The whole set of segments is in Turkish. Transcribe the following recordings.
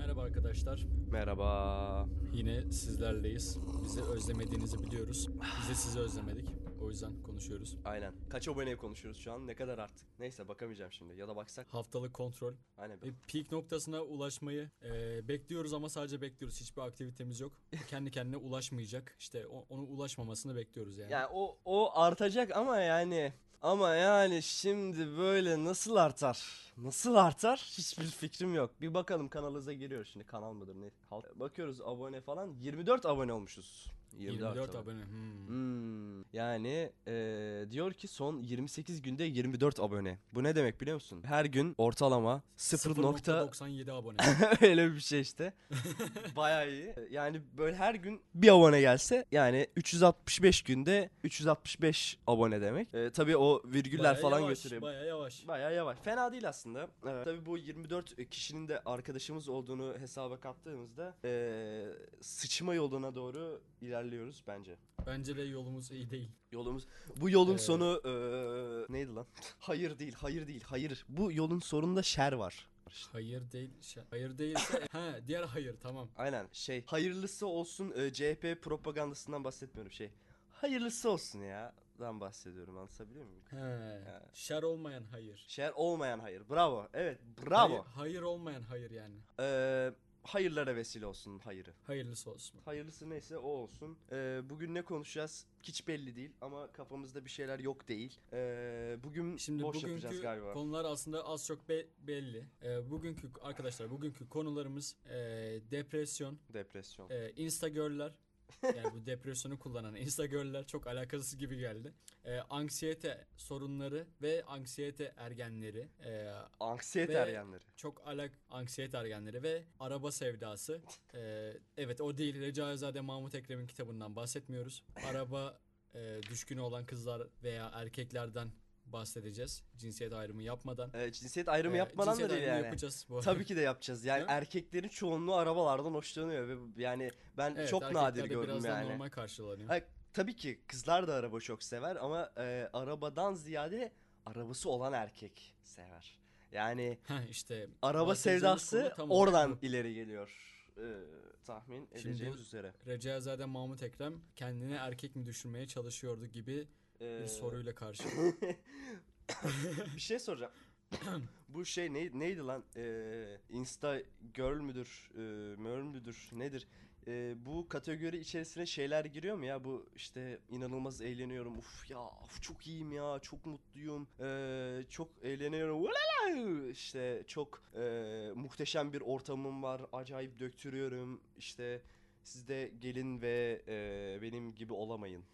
Merhaba arkadaşlar. Merhaba. Yine sizlerleyiz. Bizi özlemediğinizi biliyoruz. Biz de sizi özlemedik. O yüzden konuşuyoruz. Aynen. Kaç aboneye konuşuyoruz şu an? Ne kadar arttık? Neyse bakamayacağım şimdi. Ya da baksak. Haftalık kontrol. Aynen. Peak noktasına ulaşmayı bekliyoruz ama sadece bekliyoruz. Hiçbir aktivitemiz yok. Kendi kendine ulaşmayacak. İşte onu ulaşmamasını bekliyoruz yani. Yani o artacak ama yani şimdi böyle nasıl artar? Nasıl artar? Hiçbir fikrim yok. Bir bakalım, kanalımıza giriyoruz şimdi. Kanal mıdır ne? Bakıyoruz abone falan. 24 abone olmuşuz. 24 abone. Yani diyor ki son 28 günde 24 abone. Bu ne demek biliyor musun? Her gün ortalama 0.97 abone. öyle bir şey işte. Bayağı iyi. Yani böyle her gün bir abone gelse yani 365 günde 365 abone demek. Tabii o virgüller Bayağı falan yavaş, götürüyor. Bayağı yavaş. Bayağı yavaş. Fena değil aslında. Tabii bu 24 kişinin de arkadaşımız olduğunu hesaba kattığımızda sıçma yoluna doğru ilerliyoruz bence. Bence de yolumuz iyi değil. Bu yolun sonu neydi lan? Hayır. Bu yolun sonunda şer var. Hayır değil. Hayır değilse diğer hayır, tamam. Aynen hayırlısı olsun, CHP propagandasından bahsetmiyorum Hayırlısı olsun ya dan bahsediyorum, anlatabiliyor muyum? Şer olmayan hayır. Şer olmayan hayır, bravo, evet, bravo. Hayır olmayan hayır yani. Hayırlara vesile olsun hayırı. Hayırlısı olsun. Hayırlısı neyse o olsun. Bugün ne konuşacağız hiç belli değil ama kafamızda bir şeyler yok değil. Bugün Şimdi boş yapacağız bugünkü galiba. konular aslında az çok belli. Bugünkü konularımız depresyon, instagirl'ler. Yani bu depresyonu kullanan instagirl'ler çok alakasız gibi geldi. Anksiyete sorunları ve anksiyete ergenleri. Anksiyete ergenleri ve araba sevdası. Evet, o değil. Recaizade Mahmut Ekrem'in kitabından bahsetmiyoruz. Araba düşkünü olan kızlar veya erkeklerden bahsedeceğiz. Cinsiyet ayrımı yapmadan. Cinsiyet ayrımı yapmadan da değil yani. Yapacağız bu Tabii ki de yapacağız. Yani erkeklerin çoğunluğu arabalardan hoşlanıyor ve yani ben çok nadir gördüm biraz yani. Daha normal karşılanıyor. Tabii ki kızlar da araba çok sever ama arabadan ziyade arabası olan erkek sever. Yani işte araba sevdası oradan ileri geliyor. Tahmin edeceğiniz üzere. Recaizade Mahmut Ekrem kendini erkek mi düşürmeye çalışıyordu gibi bir soruyla karşı. Bir şey soracağım. Bu neydi lan? Insta girl müdür? Mör müdür? Nedir? Bu kategori içerisine şeyler giriyor mu ya? Bu işte inanılmaz eğleniyorum. Çok iyiyim ya. Çok mutluyum. Çok eğleniyorum. İşte çok muhteşem bir ortamım var. Acayip döktürüyorum. İşte siz de gelin ve benim gibi olamayın.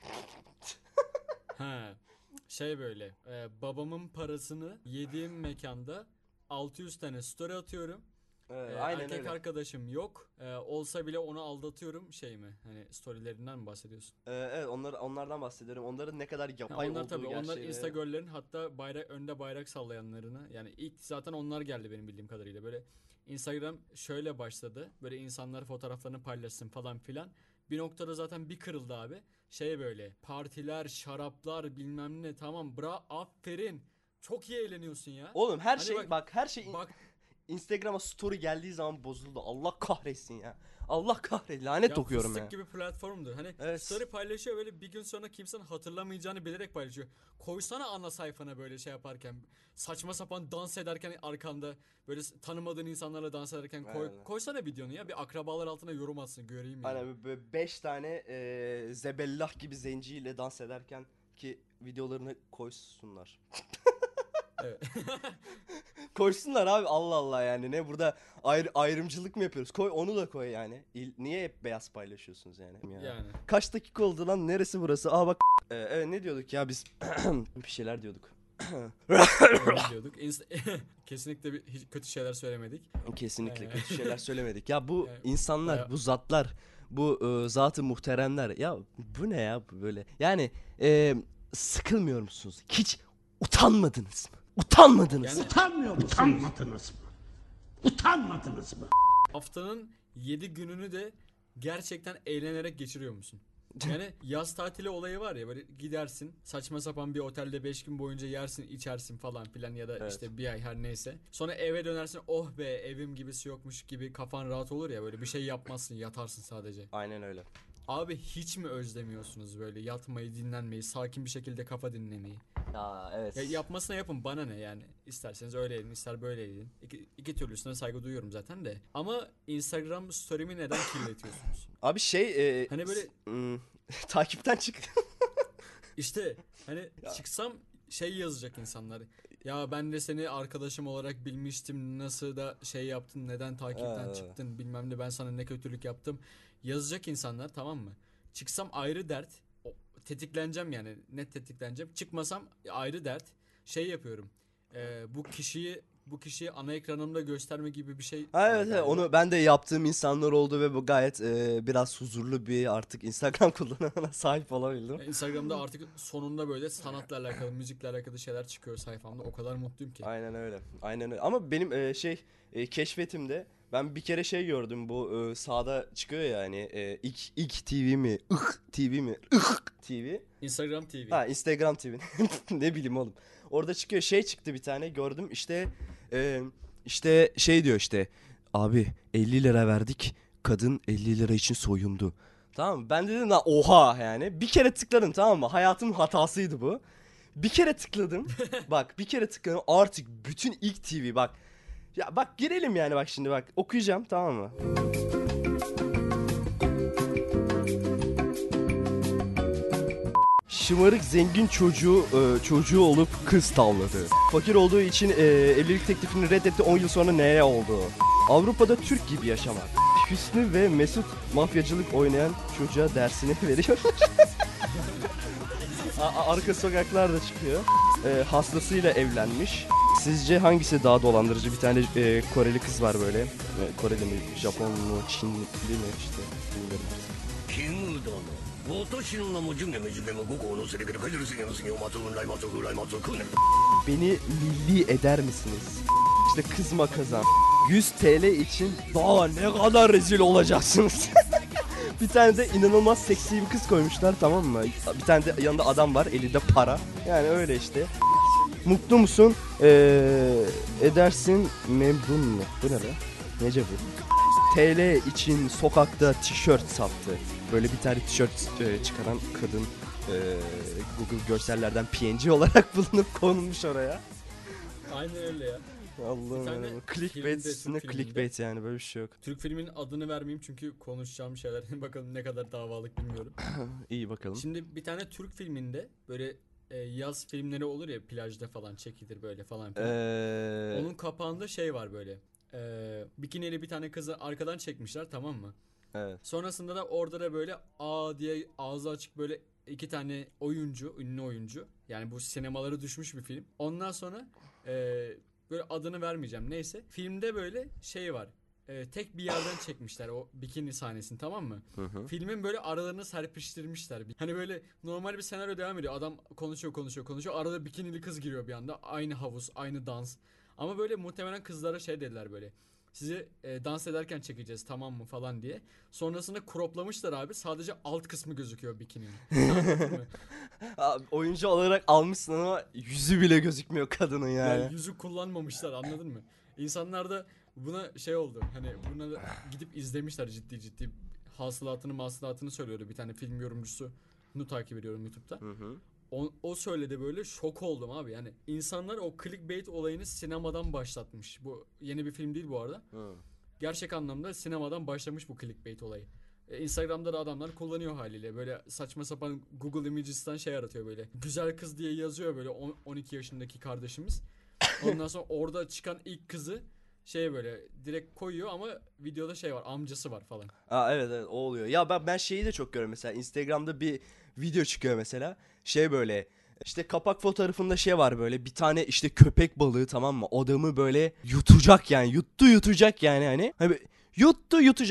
Böyle babamın parasını yediğim mekanda 600 tane story atıyorum. Aynen erkek öyle. Arkadaşım yok. Olsa bile onu aldatıyorum mi? Hani storylerinden mi bahsediyorsun? Evet, onlardan bahsediyorum. Onların ne kadar yapay olduğu gerçeği. Onlar Instagram'lerin hatta önde bayrak sallayanlarını. Yani ilk zaten onlar geldi benim bildiğim kadarıyla. Böyle Instagram şöyle başladı. Böyle insanlar fotoğraflarını paylaşsın falan filan. Bir noktada zaten bir kırıldı abi. Böyle partiler, şaraplar, bilmem ne, tamam, aferin. Çok iyi eğleniyorsun ya. Oğlum her şey Instagram'a story geldiği zaman bozuldu. Allah kahretsin ya. Allah kahretsin. Lanet okuyorum ya. Fıstık gibi platformdur. Evet. Story paylaşıyor, böyle bir gün sonra kimsenin hatırlamayacağını bilerek paylaşıyor. Koysana ana sayfana böyle yaparken, saçma sapan dans ederken arkanda, böyle tanımadığın insanlarla dans ederken koysana videonu ya. Bir akrabalar altına yorum atsın, göreyim ya. Aynen, böyle 5 tane zebellah gibi zenciyle dans ederken ki videolarını koysunlar. Evet. Koysunlar abi, Allah Allah, yani ne burada ayrımcılık mı yapıyoruz? Onu da koy yani. Niye hep beyaz paylaşıyorsunuz yani? Yani. Kaç dakika oldu lan, neresi burası? Bak. Evet, ne diyorduk ya biz? Bir şeyler diyorduk. Kesinlikle hiç kötü şeyler söylemedik. Kesinlikle kötü şeyler söylemedik. Ya bu insanlar, bu zatlar, bu zat-ı muhteremler. Ya bu ne ya böyle? Yani sıkılmıyor musunuz? Hiç utanmadınız mı? Utanmadınız mı? Haftanın 7 gününü de gerçekten eğlenerek geçiriyor musun? Yani yaz tatili olayı var ya, böyle gidersin saçma sapan bir otelde 5 gün boyunca yersin içersin falan filan, ya da Evet. işte bir ay her neyse. Sonra eve dönersin, oh be evim gibisi yokmuş gibi kafan rahat olur ya, böyle bir şey yapmazsın, yatarsın sadece. Aynen öyle. Abi hiç mi özlemiyorsunuz böyle yatmayı, dinlenmeyi, sakin bir şekilde kafa dinlemeyi? Ya evet. Ya yapmasına yapın, bana ne yani. İsterseniz öyle edin, ister böyle edin. İki türlüsüne saygı duyuyorum zaten de. Ama Instagram story'mi neden kirletiyorsunuz? Abi Hani böyle takipten çık. işte hani Ya. çıksam şey yazacak insanlar. Ya ben de seni arkadaşım olarak bilmiştim. Nasıl da şey yaptın, neden takipten Ee, çıktın bilmem ne, ben sana ne kötülük yaptım. Yazacak insanlar, tamam mı? Çıksam ayrı dert. Tetikleneceğim yani, net tetikleneceğim. Çıkmasam ayrı dert. Şey yapıyorum. Bu kişiyi ana ekranımda gösterme gibi bir şey Ha, var evet, evet, galiba. onu ben de yaptığım insanlar oldu ve bu gayet biraz huzurlu bir artık Instagram kullanımına sahip olabildim. Instagram'da artık sonunda böyle sanatla alakalı, müzikle alakalı şeyler çıkıyor sayfamda. O kadar mutluyum ki. Aynen öyle. Aynen öyle. Ama benim keşfetimde ben bir kere şey gördüm, bu sağda çıkıyor ya hani ilk TV mi? TV mi? TV. Instagram TV. Ha, Instagram TV. Ne bileyim oğlum. Orada çıkıyor, şey çıktı bir tane gördüm işte şey diyor işte, abi 50 lira verdik, kadın 50 lira için soyundu. Tamam mı? Ben dedim lan oha, yani bir kere tıkladım, tamam mı? Hayatımın hatasıydı bu. Bir kere tıkladım. Bak bir kere tıkladım, artık bütün ilk TV bak. Ya bak girelim yani, bak şimdi bak okuyacağım, tamam mı? Şımarık zengin çocuğu olup kız tavladı. Fakir olduğu için evlilik teklifini reddetti, 10 yıl sonra neye oldu? Avrupa'da Türk gibi yaşamak. Hüsnü ve Mesut mafyacılık oynayan çocuğa dersini veriyor. Arka sokaklarda çıkıyor. Hastasıyla evlenmiş. Sizce hangisi daha dolandırıcı? Bir tane Koreli kız var böyle. Koreli mi, Japon mu, Çinli mi işte. Bilmiyorum. キングだな私の名もジュゲメジュゲメ五行のせりけでかじるすぎのすぎお松雲来松風来松くね Beni milli eder misiniz? İşte kızma kazan. 100 TL için daha ne kadar rezil olacaksınız. Bir tane de inanılmaz seksi bir kız koymuşlar, tamam mı? Bir tane de yanında adam var, elinde para. Yani öyle işte. Mutlu musun? Edersin memnun mu? Bu ne be? Nece bu? TL için sokakta tişört sattı. Böyle bir tane tişört çıkaran kadın Google görsellerden PNG olarak bulunup konulmuş oraya. Aynen öyle ya. Allah'ım Bir tane ya. Clickbait filmde, üstüne Türk filminde. clickbait, yani böyle bir şey yok. Türk filminin adını vermeyeyim çünkü konuşacağım şeyler bakalım ne kadar davalık bilmiyorum. İyi bakalım. Şimdi bir tane Türk filminde böyle yaz filmleri olur ya, plajda falan çekilir böyle falan filan. Onun kapağında şey var böyle. Bikiniyle bir tane kızı arkadan çekmişler, tamam mı? Evet. Sonrasında da orada da böyle A diye ağzı açık böyle iki tane oyuncu, ünlü oyuncu. Yani bu sinemalara düşmüş bir film. Ondan sonra böyle adını vermeyeceğim, neyse. Filmde böyle şey var. Tek bir yerden çekmişler o bikini sahnesini, tamam mı? Hı. Filmin böyle aralarını serpiştirmişler. Hani böyle normal bir senaryo devam ediyor. Adam konuşuyor. Arada bikinili kız giriyor bir anda. Aynı havuz, aynı dans. Ama böyle muhtemelen kızlara şey dediler böyle. Sizi dans ederken çekeceğiz, tamam mı falan diye. Sonrasında croplamışlar abi. Sadece alt kısmı gözüküyor bikininin. Anladın mı? Abi, oyuncu olarak almışsın ama yüzü bile gözükmüyor kadının yani. Yani yüzü kullanmamışlar, anladın mı? İnsanlar da buna şey oldu. Hani buna da gidip izlemişler ciddi. Hasılatını söylüyordu. Bir tane film yorumcusunu takip ediyorum YouTube'da. Hı. O söyledi, böyle şok oldum abi. Yani insanlar o clickbait olayını sinemadan başlatmış. Bu yeni bir film değil bu arada. Hı. Gerçek anlamda sinemadan başlamış bu clickbait olayı. Instagram'da da adamlar kullanıyor haliyle. Böyle saçma sapan Google Images'tan şey aratıyor böyle. Güzel kız diye yazıyor böyle 12 yaşındaki kardeşimiz. Ondan sonra orada çıkan ilk kızı şey böyle direkt koyuyor ama videoda şey var, amcası var falan. Evet, o oluyor. Ya ben şeyi de çok görüyorum mesela, Instagram'da bir video çıkıyor mesela. Şey böyle işte kapak fotoğrafında şey var, böyle bir tane işte köpek balığı, tamam mı? Adamı böyle yutacak yani. Yutacak yani hani. Hani yutacak.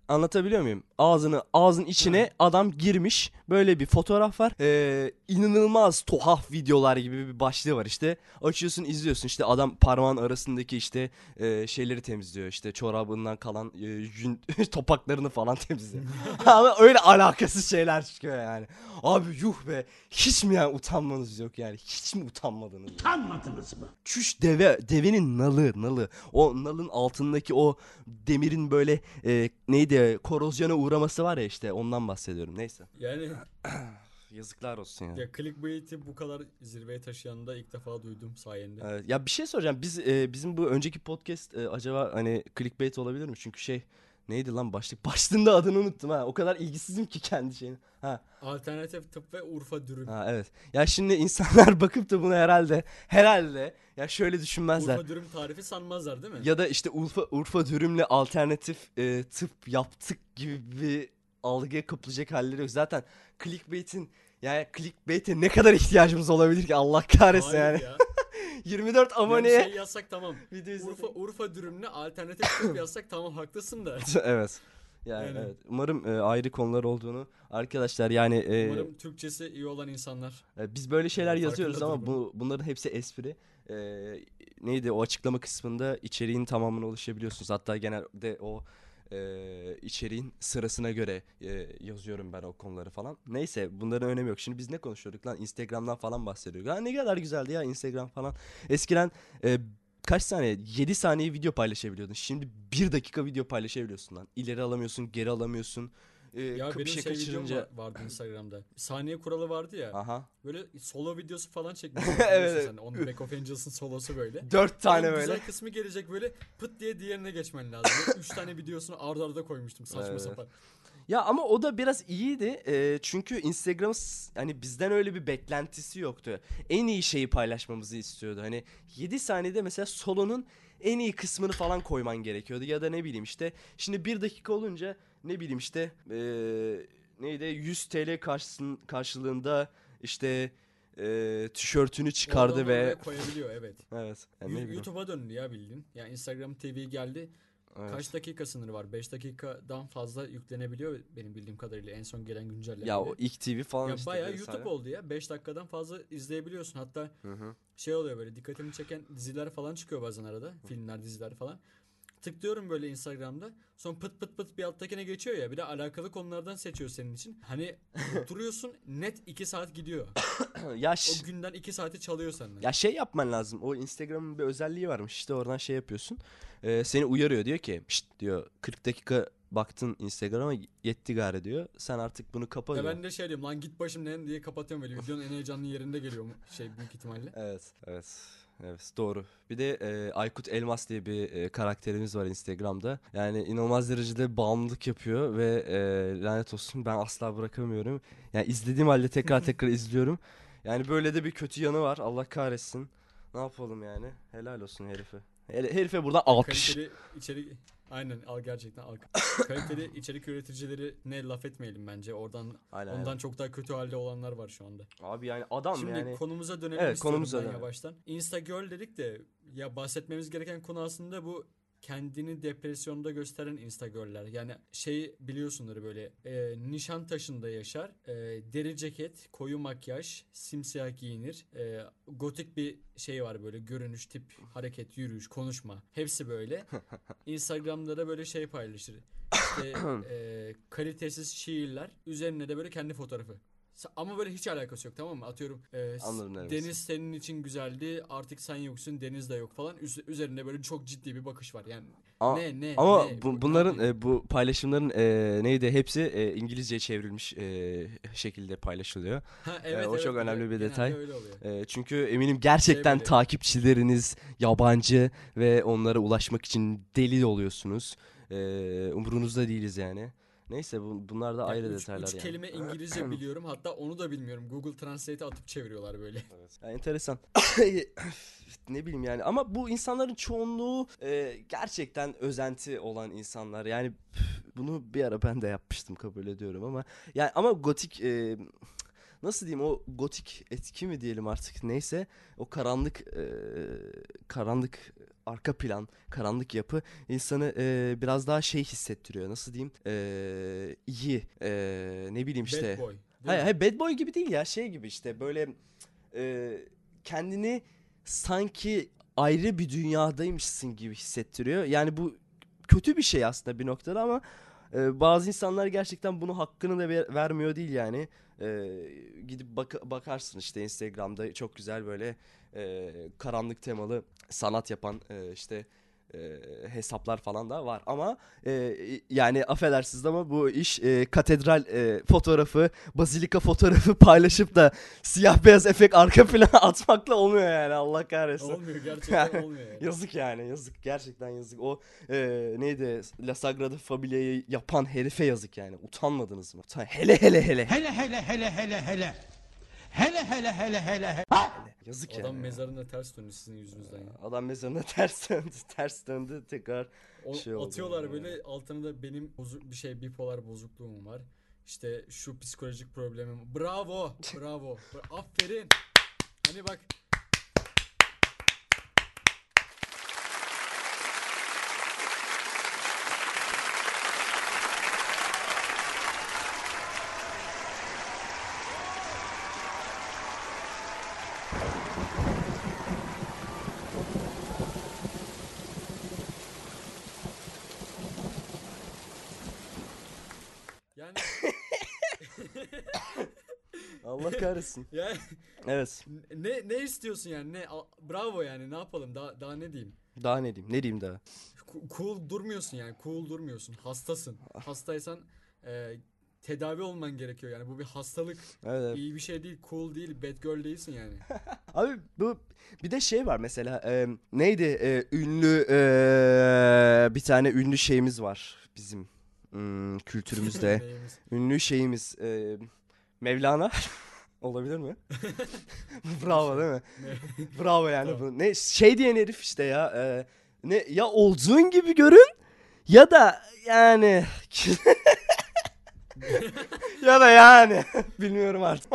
Anlatabiliyor muyum? Ağzın içine adam girmiş. Böyle bir fotoğraf var. İnanılmaz tuhaf videolar gibi bir başlığı var işte. Açıyorsun, izliyorsun. İşte adam parmağın arasındaki işte şeyleri temizliyor. İşte çorabından kalan topaklarını falan temizliyor. Ama öyle alakasız şeyler çıkıyor yani. Abi yuh be. Hiç mi yani utanmanız yok yani? Hiç mi utanmadınız? Utanmadınız mı? Çüş devenin nalı. O nalın altındaki o demirin böyle neydi, korozyona uğraması var ya, işte ondan bahsediyorum. Neyse. Yani Yazıklar olsun ya. ya clickbait'i bu kadar zirveye taşıyanı da ilk defa duydum sayende. Evet, ya bir şey soracağım. Bizim bu önceki podcast acaba hani clickbait olabilir mi? Çünkü neydi lan başlığında adını unuttum ha. O kadar ilgisizim ki kendi şeyine. Ha. Alternatif tıp ve Urfa dürüm. Ha, evet. Ya şimdi insanlar bakıp da bunu herhalde ya şöyle düşünmezler. Urfa dürüm tarifi sanmazlar değil mi? Ya da işte Urfa dürümle alternatif tıp yaptık gibi bir algıya kapılacak halleri yok. Zaten clickbait'e ne kadar ihtiyacımız olabilir ki, Allah kahretsin Hayır yani. ya. 24 Yani aboneye şey yazsak tamam. video izledim. Urfa dürümle alternatif tıp yazsak tamam haklısın da. Evet. Yani Yani. evet. Umarım ayrı konular olduğunu arkadaşlar yani Umarım Türkçesi iyi olan insanlar. biz böyle şeyler yazıyoruz ama farkındadır bunların hepsi espri. Neydi, o açıklama kısmında içeriğin tamamına ulaşabiliyorsunuz. Hatta genelde o içeriğin sırasına göre yazıyorum ben o konuları falan. Neyse, bunların önemi yok. Şimdi biz ne konuşuyorduk lan? Instagram'dan falan bahsediyorduk. Ha, ne kadar güzeldi ya Instagram falan. Eskiden kaç saniye? 7 saniye video paylaşabiliyordun. Şimdi 1 dakika video paylaşabiliyorsun lan. İleri alamıyorsun, geri alamıyorsun. Ya Bir benim şey videom kaçırınca. vardı Instagram'da. Saniye kuralı vardı ya. Aha. Böyle solo videosu falan çekmiştim. Evet. Sen. Onun Back of Angels'ın solosu böyle. 4 tane En böyle. güzel kısmı gelecek böyle pıt diye diğerine geçmen lazım. 3 tane videosunu arda arda koymuştum saçma Evet. sapan. Ya ama o da biraz iyiydi. Çünkü Instagram hani bizden öyle bir beklentisi yoktu. En iyi şeyi paylaşmamızı istiyordu. Hani 7 saniyede mesela solonun en iyi kısmını falan koyman gerekiyordu. Ya da ne bileyim işte. Şimdi 1 dakika olunca ne bileyim işte neydi, 100 TL karşılığında işte tişörtünü çıkardı Oradan ve oraya koyabiliyor evet. evet. Yani ne bileyim. YouTube'a döndü ya bildiğin. Ya Instagram TV geldi. Evet. Kaç dakika sınırı var? 5 dakikadan fazla yüklenebiliyor benim bildiğim kadarıyla en son gelen güncellemeyle. Ya o ilk TV falan ya işte bayağı vesaire. YouTube oldu ya. 5 dakikadan fazla izleyebiliyorsun. Hatta şey oluyor böyle dikkatimi çeken diziler falan çıkıyor bazen arada. Filmler, diziler falan. Tıklıyorum böyle Instagram'da. Sonra pıt pıt pıt bir alttakine geçiyor ya. Bir de alakalı konulardan seçiyor senin için. Hani oturuyorsun net 2 saat gidiyor. Ya O günden 2 saati çalıyor senden. Ya şey yapman lazım. O Instagram'ın bir özelliği varmış. İşte oradan şey yapıyorsun. Seni uyarıyor, diyor ki şşt diyor, 40 dakika baktın Instagram'a, yetti gari diyor. Sen artık bunu kapa Ya diyor. ben de şey diyorum lan git başımdan diye kapatıyorum böyle. Videonun en heyecanlı yerinde geliyor mu şey büyük ihtimalle. Evet doğru. Bir de Aykut Elmas diye bir karakterimiz var Instagram'da. Yani inanılmaz derecede bağımlılık yapıyor ve lanet olsun, ben asla bırakamıyorum. Yani izlediğim halde tekrar izliyorum. Yani böyle de bir kötü yanı var. Allah kahretsin. Ne yapalım yani? Helal olsun herife. Herife buradan alkış. Kaliteli içerik aynen al gerçekten al. Kaliteli içerik üreticileri ne laf etmeyelim bence. Ondan Aynen. çok daha kötü halde olanlar var şu anda. Abi yani adam Şimdi yani. konumuza dönelim Evet, istiyorum konumuza ben dönelim. yavaştan. Instagirl dedik de ya bahsetmemiz gereken konu aslında bu kendini depresyonda gösteren Instagirl'ler. Yani şey biliyorsundur böyle Nişantaşı'nda yaşar, deri ceket, koyu makyaj, simsiyah giyinir, gotik bir şey var böyle görünüş, tip, hareket, yürüyüş, konuşma. Hepsi böyle. Instagram'da da böyle şey paylaşır. İşte kalitesiz şiirler, üzerine de böyle kendi fotoğrafı. Ama böyle hiç alakası yok, tamam mı? Atıyorum Anladım ne deniz demek. senin için güzeldi artık sen yoksun deniz de yok falan. Üzerinde böyle çok ciddi bir bakış var yani. Ama, Ne ama ne bunların ne yapayım? bu paylaşımların neydi, hepsi İngilizceye çevrilmiş şekilde paylaşılıyor. Ha, evet, O çok evet, önemli bir genelde detay. öyle oluyor. Çünkü eminim gerçekten Böyle. takipçileriniz yabancı ve onlara ulaşmak için deli oluyorsunuz. Umurunuzda değiliz yani. Neyse bunlar da Yani ayrı üç detaylar yani. kelime İngilizce biliyorum, hatta onu da bilmiyorum. Google Translate'e atıp çeviriyorlar böyle. Evet. Yani enteresan. Ne bileyim yani, ama bu insanların çoğunluğu gerçekten özenti olan insanlar. Yani bunu bir ara ben de yapmıştım, kabul ediyorum ama yani ama gotik nasıl diyeyim, o gotik etki mi diyelim artık, neyse, o karanlık arka plan, karanlık yapı insanı biraz daha şey hissettiriyor, nasıl diyeyim, iyi, ne bileyim işte. Bad boy. Hayır, hayır, bad boy gibi değil ya, şey gibi işte, böyle kendini sanki ayrı bir dünyadaymışsın gibi hissettiriyor. Yani bu kötü bir şey aslında bir noktada ama bazı insanlar gerçekten bunu hakkını da vermiyor değil yani. Gidip bakarsın işte Instagram'da çok güzel böyle karanlık temalı sanat yapan işte hesaplar falan da var ama yani affedersiniz ama bu iş katedral fotoğrafı, bazilika fotoğrafı paylaşıp da siyah beyaz efekt arka plana atmakla olmuyor yani, Allah kahretsin. Olmuyor, gerçekten olmuyor yani. Yazık yani, yazık, gerçekten yazık. O neydi, La Sagrada Familia'yı yapan herife yazık yani, utanmadınız mı? Hele hele hele. Hele hele hele hele hele. Hele hele hele hele hele. Yazık Adam yani. mezarına ters döndü sizin yüzünüzden ya. Adam mezarına ters döndü tekrar şey oldu. Atıyorlar yani. böyle, altına da benim bir şey, bipolar bozukluğum var. İşte şu psikolojik problemim. Bravo. Bravo. Aferin. Hani bak. Yani Allah kahretsin. yani Evet. ne istiyorsun yani? Bravo yani, ne yapalım? Daha ne diyeyim? Daha ne diyeyim? Ne diyeyim daha? Cool durmuyorsun yani. Cool durmuyorsun. Hastasın. Hastaysan tedavi olman gerekiyor yani. Bu bir hastalık. Evet. İyi bir şey değil. Cool değil. Bad girl değilsin yani. Abi bu bir de şey var mesela, neydi, ünlü bir tane ünlü şeyimiz var bizim kültürümüzde. Neyimiz? Ünlü şeyimiz Mevlana olabilir mi? Bravo değil mi? Bravo yani. Tamam. Bu ne şey diyen herif işte ya, ne ya, olduğun gibi görün ya da yani ya da yani bilmiyorum artık.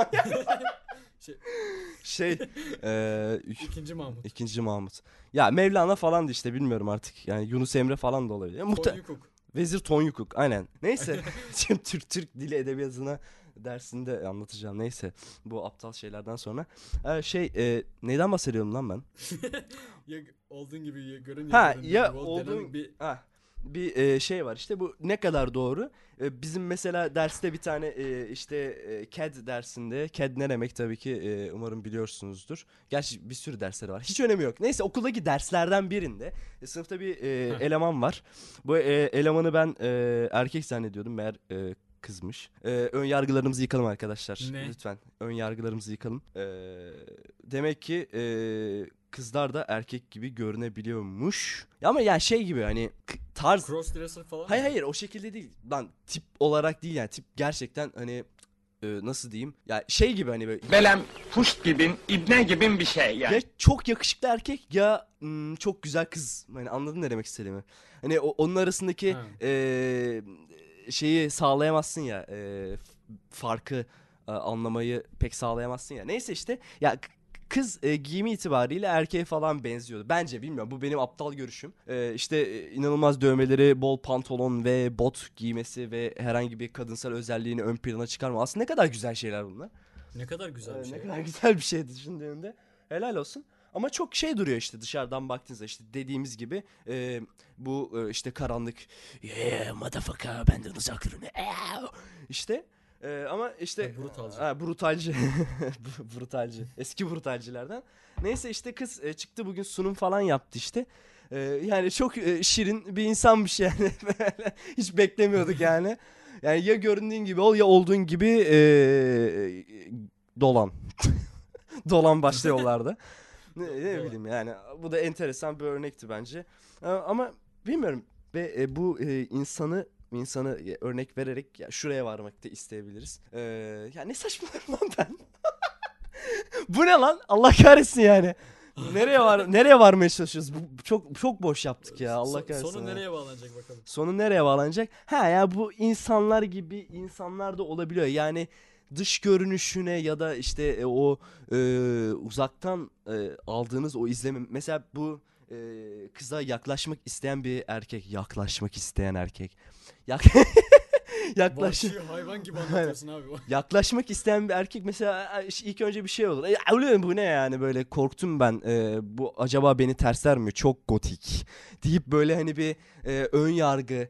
Şey, Şey İkinci Mahmut. İkinci Mahmut. Ya Mevlana falan da işte, bilmiyorum artık. Yani Yunus Emre falan da olabilir. Tony Cook. Vezir Tonyukuk aynen. Neyse. Şimdi Türk dili edebiyatına dersinde anlatacağım. Neyse. Bu aptal şeylerden sonra. Neyden bahsediyorum lan ben? Ya olduğun gibi görün Ha göründüğün ya gibi ol denen olduğun bir bir şey var işte, bu ne kadar doğru. Bizim mesela derste bir tane işte CAD dersinde, CAD ne demek tabii ki umarım biliyorsunuzdur. Gerçi bir sürü dersleri var. Hiç önemi yok. Neyse, okuldaki derslerden birinde sınıfta bir eleman var. Bu elemanı ben erkek zannediyordum, meğer kızmış. Ön yargılarımızı yıkalım arkadaşlar. Ne? Lütfen ön yargılarımızı yıkalım. Demek ki kızlar da erkek gibi görünebiliyormuş. Ama yani şey gibi, hani tarz. crossdresser falan. Hayır mı? hayır, o şekilde değil. Lan tip olarak değil yani. Tip gerçekten hani nasıl diyeyim? Ya şey gibi, hani böyle Belem puşt gibin, ibne gibin bir şey yani. ya çok yakışıklı erkek ya çok güzel kız. Hani anladın ne demek istediğimi? Hani onun arasındaki Ha. şeyi sağlayamazsın ya. Farkı anlamayı pek sağlayamazsın ya. Neyse işte ya, kız giyimi itibariyle erkeğe falan benziyordu. Bence, bilmiyorum, bu benim aptal görüşüm. İşte inanılmaz dövmeleri, bol pantolon ve bot giymesi ve herhangi bir kadınsal özelliğini ön plana çıkarma. Aslında ne kadar güzel şeyler bunlar. Ne kadar güzel bir şey. Ne kadar güzel bir şey düşündüğünde. Helal olsun. Ama çok şey duruyor işte dışarıdan baktığınızda, işte dediğimiz gibi bu işte karanlık, yeah motherfucker, benden uzak durun. İşte ama işte Brutalci. brutalci. Brutalci. Eski brutalcilerden. Neyse işte kız çıktı bugün, sunum falan yaptı işte. Yani çok şirin bir insanmış yani. Hiç beklemiyorduk yani. Yani ya göründüğün gibi ol ya olduğun gibi dolan. Dolan başta yollarda. Ne bileyim yani, bu da enteresan bir örnekti bence. Ama bilmiyorum ve bu insanı örnek vererek ya şuraya varmak da isteyebiliriz. Ya ne saçmalıyorum lan ben. Bu ne lan? Allah kahretsin yani. Nereye varmaya çalışıyoruz? Bu çok boş yaptık ya. Allah kahretsin. Sonu nereye bağlanacak bakalım. Sonu nereye bağlanacak? Ha ya, bu insanlar gibi insanlar da olabiliyor. Yani dış görünüşüne ya da işte o uzaktan aldığınız o izlenim. Mesela bu kıza yaklaşmak isteyen bir erkek. Yaklaşmak isteyen erkek. Yaklaş. Vahşi hayvan gibi anlatıyorsun abi. Yaklaşmak isteyen bir erkek mesela ilk önce bir şey olur. Ulan bu ne yani, böyle korktum ben. Bu acaba beni tersler mi? Çok gotik deyip böyle hani bir ön yargı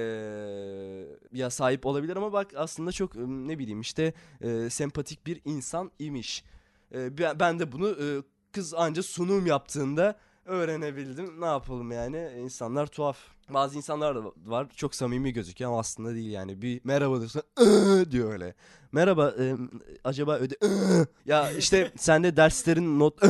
ya sahip olabilir ama bak aslında çok ne bileyim işte sempatik bir insan imiş. Ben de bunu kız anca sunum yaptığında öğrenebildim. Ne yapalım yani, insanlar tuhaf. Bazı insanlar da var çok samimi gözüküyor ama aslında değil yani. Bir merhaba diyorsun diyor öyle. Merhaba acaba ya işte sende derslerin not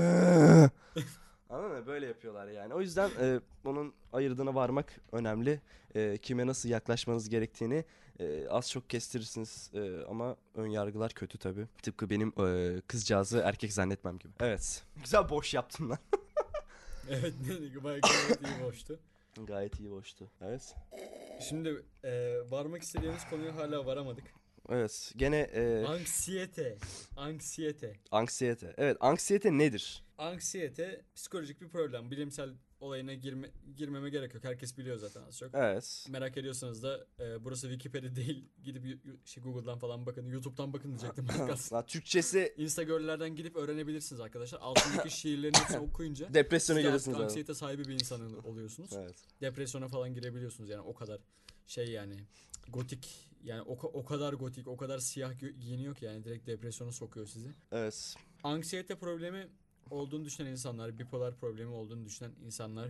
anladın mı? Böyle yapıyorlar yani. O yüzden onun ayırdığına varmak önemli. Kime nasıl yaklaşmanız gerektiğini az çok kestirirsiniz ama ön yargılar kötü tabii. Tıpkı benim kızcağızı erkek zannetmem gibi. Evet. Güzel boş yaptım lan. Evet, gayet iyi boştu. Gayet iyi boştu. Evet. Şimdi varmak istediğimiz konuya hala varamadık. Evet. Gene Anksiyete. Anksiyete. anksiyete. Evet, anksiyete nedir? Anksiyete psikolojik bir problem. Bilimsel olayına girmeme gerek yok. Herkes biliyor zaten az çok. Evet. Merak ediyorsanız da burası Wikipedia değil. Gidip Google'dan falan bakın. YouTube'dan bakın diyecektim. Türkçesi Instagram'lerden gidip öğrenebilirsiniz arkadaşlar. Altındaki şiirlerin hepsini okuyunca depresyona siz de giriyorsunuz abi. anksiyete sahibi bir insan oluyorsunuz. Evet. Depresyona falan girebiliyorsunuz yani, o kadar şey yani gotik yani, o kadar gotik, o kadar siyah giyiniyor ki yani direkt depresyona sokuyor sizi. Evet. Anksiyete problemi olduğunu düşünen insanlar, bipolar problemi olduğunu düşünen insanlar,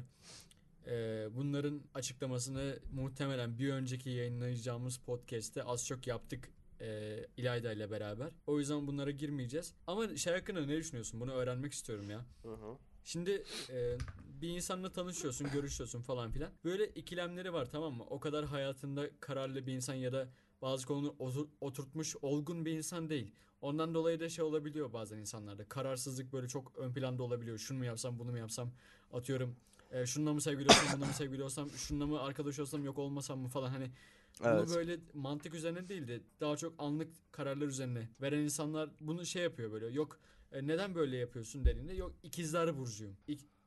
bunların açıklamasını muhtemelen bir önceki yayınlayacağımız podcast'te az çok yaptık İlayda ile beraber. O yüzden bunlara girmeyeceğiz. Ama şey hakkında ne düşünüyorsun? Bunu öğrenmek istiyorum ya. Hı. Şimdi bir insanla tanışıyorsun, görüşüyorsun falan filan. Böyle ikilemleri var, tamam mı? O kadar hayatında kararlı bir insan ya da bazı konuları oturtmuş, olgun bir insan değil. Ondan dolayı da şey olabiliyor bazen insanlarda. Kararsızlık böyle çok ön planda olabiliyor. Şunu mu yapsam, bunu mu yapsam? Atıyorum şununla mı sevgili olsam, bununla mı sevgili olsam, şununla mı arkadaş olsam, yok olmasam mı falan. Hani bunu Evet. böyle mantık üzerine değil de daha çok anlık kararlar üzerine veren insanlar bunu şey yapıyor böyle. Yok neden böyle yapıyorsun dediğinde, yok ikizler burcuyum.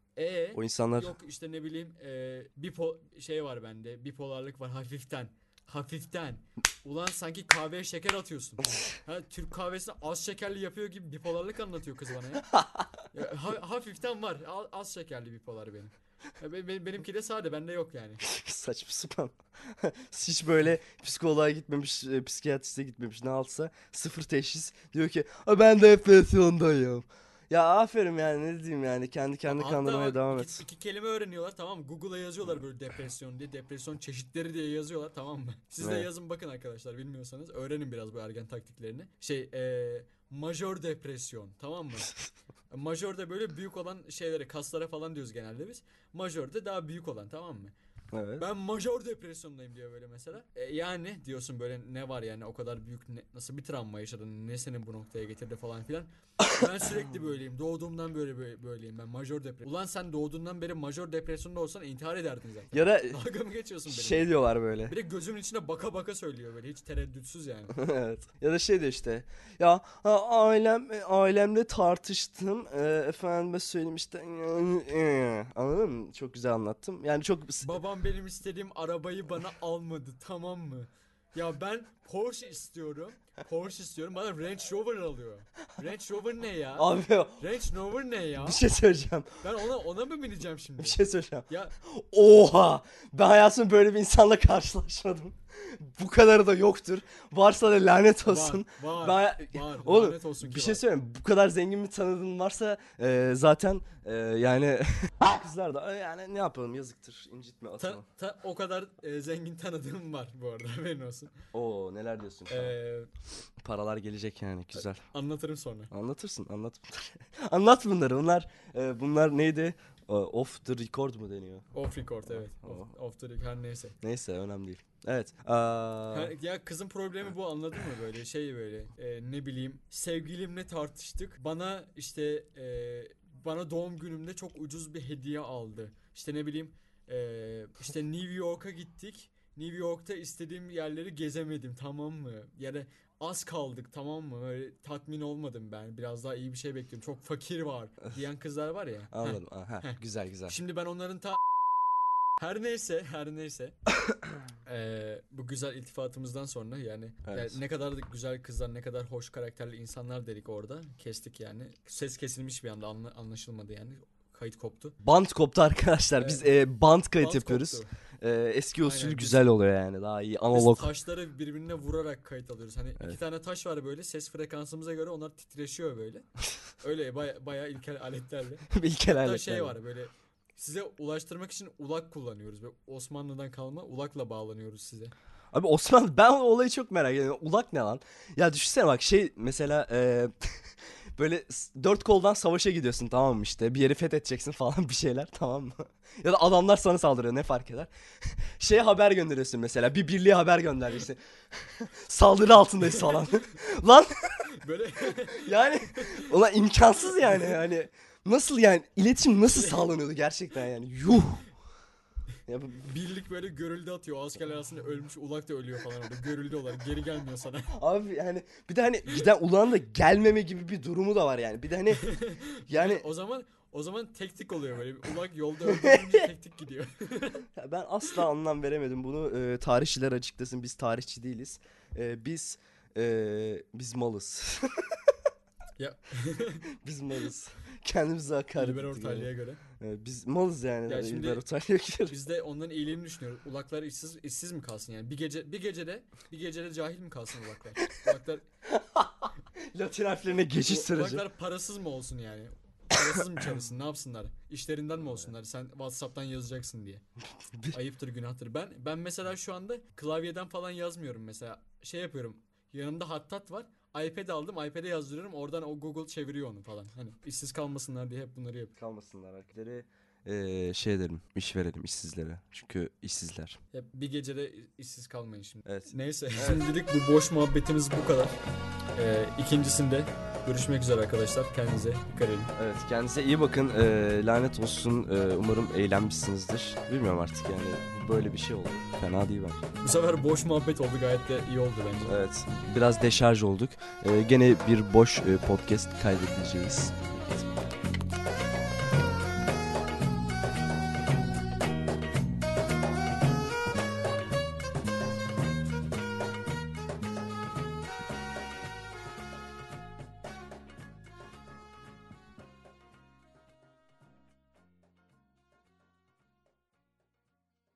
O insanlar Yok işte ne bileyim şey var bende, bipolarlık var hafiften. Ulan sanki kahveye şeker atıyorsun. Ha, Türk kahvesini az şekerli yapıyor gibi bipolarlık anlatıyor kız bana ya. Hafiften var, az şekerli bipolar benim. Benimki de sade, bende yok yani. saçma sapan. Hiç böyle psikoloğa gitmemiş, psikiyatriste gitmemiş, ne alsa sıfır teşhis diyor ki ben depresyondayım. Ya aferin yani, ne diyeyim yani, kendi kendini Hatta kandırmaya bak, devam et. iki kelime öğreniyorlar, tamam mı? Google'a yazıyorlar böyle depresyon diye, depresyon çeşitleri diye yazıyorlar, tamam mı? Siz de Evet. yazın bakın arkadaşlar, bilmiyorsanız öğrenin biraz bu ergen taktiklerini. Majör depresyon, tamam mı? Majörde böyle büyük olan şeylere, kaslara falan diyoruz genelde biz. Majörde daha büyük olan, tamam mı? Evet. Ben majör depresyondayım diyor böyle mesela. Yani diyorsun böyle, ne var yani, o kadar büyük, nasıl bir travma yaşadın, ne seni bu noktaya getirdi falan filan. Ben sürekli böyleyim. Doğduğumdan böyleyim ben. Majör depresyon. Ulan sen doğduğundan beri majör depresyonda olsan intihar ederdin zaten. Ya da Dalga mı geçiyorsun benimle? şey diyorlar böyle. Bir de gözümün içine baka baka söylüyor böyle, hiç tereddütsüz yani. Evet. Ya da şey diyor işte. Ya ailemle tartıştım. Efendime söyleyeyim işte. Anladın mı? Çok güzel anlattım. Yani çok Babam benim istediğim arabayı bana almadı, tamam mı? Ya ben Porsche istiyorum. Bana Range Rover alıyor. Range Rover ne ya? abi Range Rover ne ya? bir şey söyleyeceğim. Ben ona mı bineceğim şimdi? Bir şey söyleyeceğim. Ya Oha! Ben hayatımda böyle bir insanla karşılaşmadım. Bu kadarı da yoktur. Varsa da lanet olsun. var. Oğlum, Lanet olsun ki bir şey var. söyleyeyim. Bu kadar zengin bir tanıdığın varsa zaten yani kızlar da yani ne yapalım, yazıktır. İncitme, atalım. O kadar zengin tanıdığım var bu arada, haberin olsun. Oo, neler diyorsun şu an? Paralar gelecek yani, güzel. Anlatırım sonra. Anlatırsın, anlat. Anlat bunları. Bunlar neydi? Off the record mu deniyor? Off record, evet. Oh. Off the record, her neyse. Neyse, önemli değil. Evet. Ya kızın problemi bu, anladın mı, böyle şey, böyle ne bileyim, sevgilimle tartıştık, bana işte bana doğum günümde çok ucuz bir hediye aldı, işte ne bileyim, işte New York'a gittik, New York'ta istediğim yerleri gezemedim, tamam mı, ya da az kaldık, tamam mı? Öyle tatmin olmadım ben. Biraz daha iyi bir şey bekliyorum. Çok fakir var diyen kızlar var ya. Anladım. Aha, güzel güzel. Şimdi ben onların her neyse bu güzel iltifatımızdan sonra yani, Evet. yani ne kadar da güzel kızlar, ne kadar hoş karakterli insanlar dedik orada. Kestik yani. Ses kesilmiş bir anda, anlaşılmadı yani. Kayıt koptu. Band koptu arkadaşlar. Biz band kayıt Bant yapıyoruz. koptu. Eski usul Aynen, biz- güzel oluyor yani. Daha iyi. Biz Analog. taşları birbirine vurarak kayıt alıyoruz. Hani Evet. iki tane taş var böyle, ses frekansımıza göre onlar titreşiyor böyle. Öyle bayağı ilkel aletlerle. İlkel Hatta aletler. şey var böyle, size ulaştırmak için ulak kullanıyoruz. Böyle Osmanlı'dan kalma ulakla bağlanıyoruz size. Abi Osman, ben o olayı çok merak ediyorum. Ulak ne lan? Ya düşünsene bak, şey mesela böyle 4 koldan savaşa gidiyorsun, tamam mı, işte bir yeri fethedeceksin falan bir şeyler, tamam mı? Ya da adamlar sana saldırıyor, ne fark eder? Şeye haber gönderiyorsun mesela, bir birliğe haber göndereceksin. Saldırı altındayız falan. Lan Böyle yani ulan imkansız yani, hani nasıl yani, iletişim nasıl sağlanıyordu gerçekten yani, yuh. Ya birlik böyle görüldü atıyor. O askerler aslında ölmüş, ulak da ölüyor falan orada. Görüldü olarak geri gelmiyor sana. abi yani bir de hani giden ulağın da gelmeme gibi bir durumu da var yani. Bir de hani yani O zaman teknik oluyor böyle. Ulak yolda öldürünce teknik gidiyor. ben asla anlam veremedim bunu. Tarihçiler açıklasın, biz tarihçi değiliz. Biz malız. Ya Biz malız. Kendimize hakaret İlber ettik Ortaylı'ya yani. göre. Biz malız yani. Ya şimdi- İlber Ortaylı'ya göre. Biz de onların iyiliğini düşünüyoruz. Ulaklar işsiz mi kalsın yani? Bir gecede cahil mi kalsın ulaklar? Ulaklar Latin harflerine geçiş süreci. ulaklar parasız mı olsun yani? Parasız mı çalışsın? Ne yapsınlar? İşlerinden mi olsunlar? Sen WhatsApp'tan yazacaksın diye. Ayıptır, günahtır. Ben mesela şu anda klavyeden falan yazmıyorum mesela. Şey yapıyorum. Yanımda hattat var. iPad aldım. iPad'e yazdırıyorum. Oradan o Google çeviriyor onu falan. Hani işsiz kalmasınlar diye hep bunları yapıyorum. Kalmasınlar arkadaşları. Şey edelim, iş verelim işsizlere. Çünkü işsizler. Ya bir gecede işsiz kalmayın şimdi. Evet. Neyse. Şimdilik bu boş muhabbetimiz bu kadar. İkincisinde görüşmek üzere arkadaşlar. Kendinize dikkat edin. Evet, kendinize iyi bakın. Lanet olsun. Umarım eğlenmişsinizdir. Bilmiyorum artık yani, böyle bir şey oldu. Fena değil bence. Bu sefer boş muhabbet oldu. Gayet de iyi oldu bence. Evet, biraz deşarj olduk. Gene bir boş podcast kaydedeceğiz.